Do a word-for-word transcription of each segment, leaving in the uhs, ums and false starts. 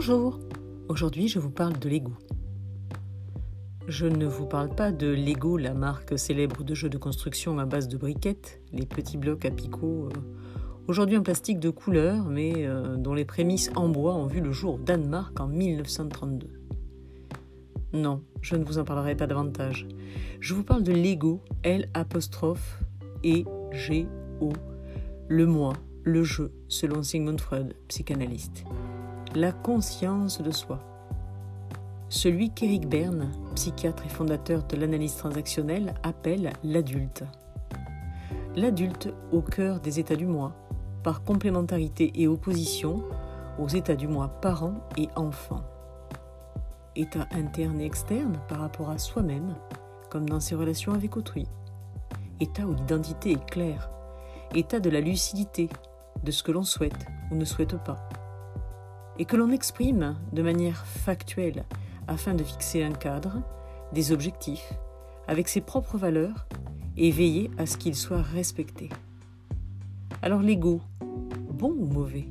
Bonjour, aujourd'hui je vous parle de Lego. Je ne vous parle pas de Lego, la marque célèbre de jeux de construction à base de briquettes, les petits blocs à picots, euh, aujourd'hui en plastique de couleur, mais euh, dont les prémices en bois ont vu le jour au Danemark en mille neuf cent trente-deux. Non, je ne vous en parlerai pas davantage. Je vous parle de Lego, L apostrophe E G O, le moi, le jeu, selon Sigmund Freud, psychanalyste. La conscience de soi. Celui qu'Eric Berne, psychiatre et fondateur de l'analyse transactionnelle, appelle l'adulte. L'adulte au cœur des états du moi, par complémentarité et opposition aux états du moi parent et enfant. État interne et externe par rapport à soi-même, comme dans ses relations avec autrui. État où l'identité est claire. État de la lucidité, de ce que l'on souhaite ou ne souhaite pas. Et que l'on exprime de manière factuelle afin de fixer un cadre, des objectifs, avec ses propres valeurs et veiller à ce qu'ils soient respectés. Alors l'ego, bon ou mauvais?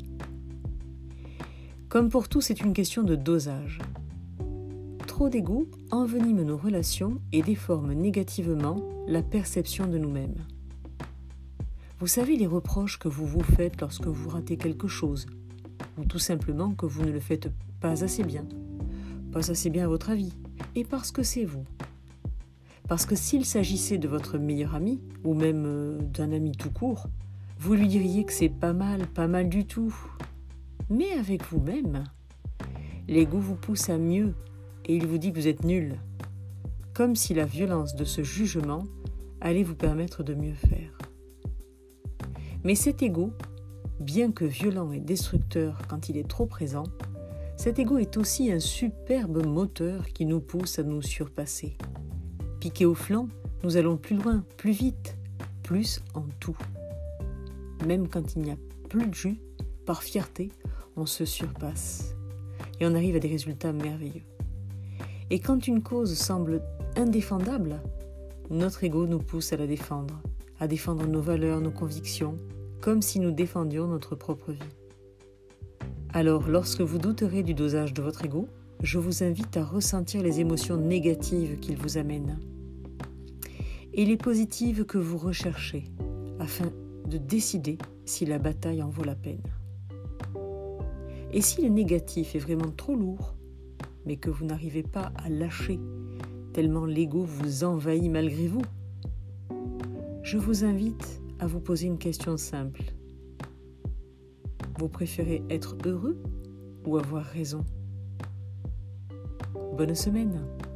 Comme pour tout, c'est une question de dosage. Trop d'ego envenime nos relations et déforme négativement la perception de nous-mêmes. Vous savez les reproches que vous vous faites lorsque vous ratez quelque chose, ou tout simplement que vous ne le faites pas assez bien, pas assez bien à votre avis, et parce que c'est vous. Parce que s'il s'agissait de votre meilleur ami, ou même euh, d'un ami tout court, vous lui diriez que c'est pas mal, pas mal du tout. Mais avec vous-même, l'ego vous pousse à mieux, et il vous dit que vous êtes nul, comme si la violence de ce jugement allait vous permettre de mieux faire. Mais cet ego, bien que violent et destructeur quand il est trop présent, cet ego est aussi un superbe moteur qui nous pousse à nous surpasser. Piqué au flanc, nous allons plus loin, plus vite, plus en tout. Même quand il n'y a plus de jus, par fierté, on se surpasse et on arrive à des résultats merveilleux. Et quand une cause semble indéfendable, notre ego nous pousse à la défendre, à défendre nos valeurs, nos convictions, comme si nous défendions notre propre vie. Alors, lorsque vous douterez du dosage de votre ego, je vous invite à ressentir les émotions négatives qu'il vous amène et les positives que vous recherchez, afin de décider si la bataille en vaut la peine. Et si le négatif est vraiment trop lourd, mais que vous n'arrivez pas à lâcher, tellement l'ego vous envahit malgré vous, je vous invite à vous poser une question simple. Vous préférez être heureux ou avoir raison? Bonne semaine!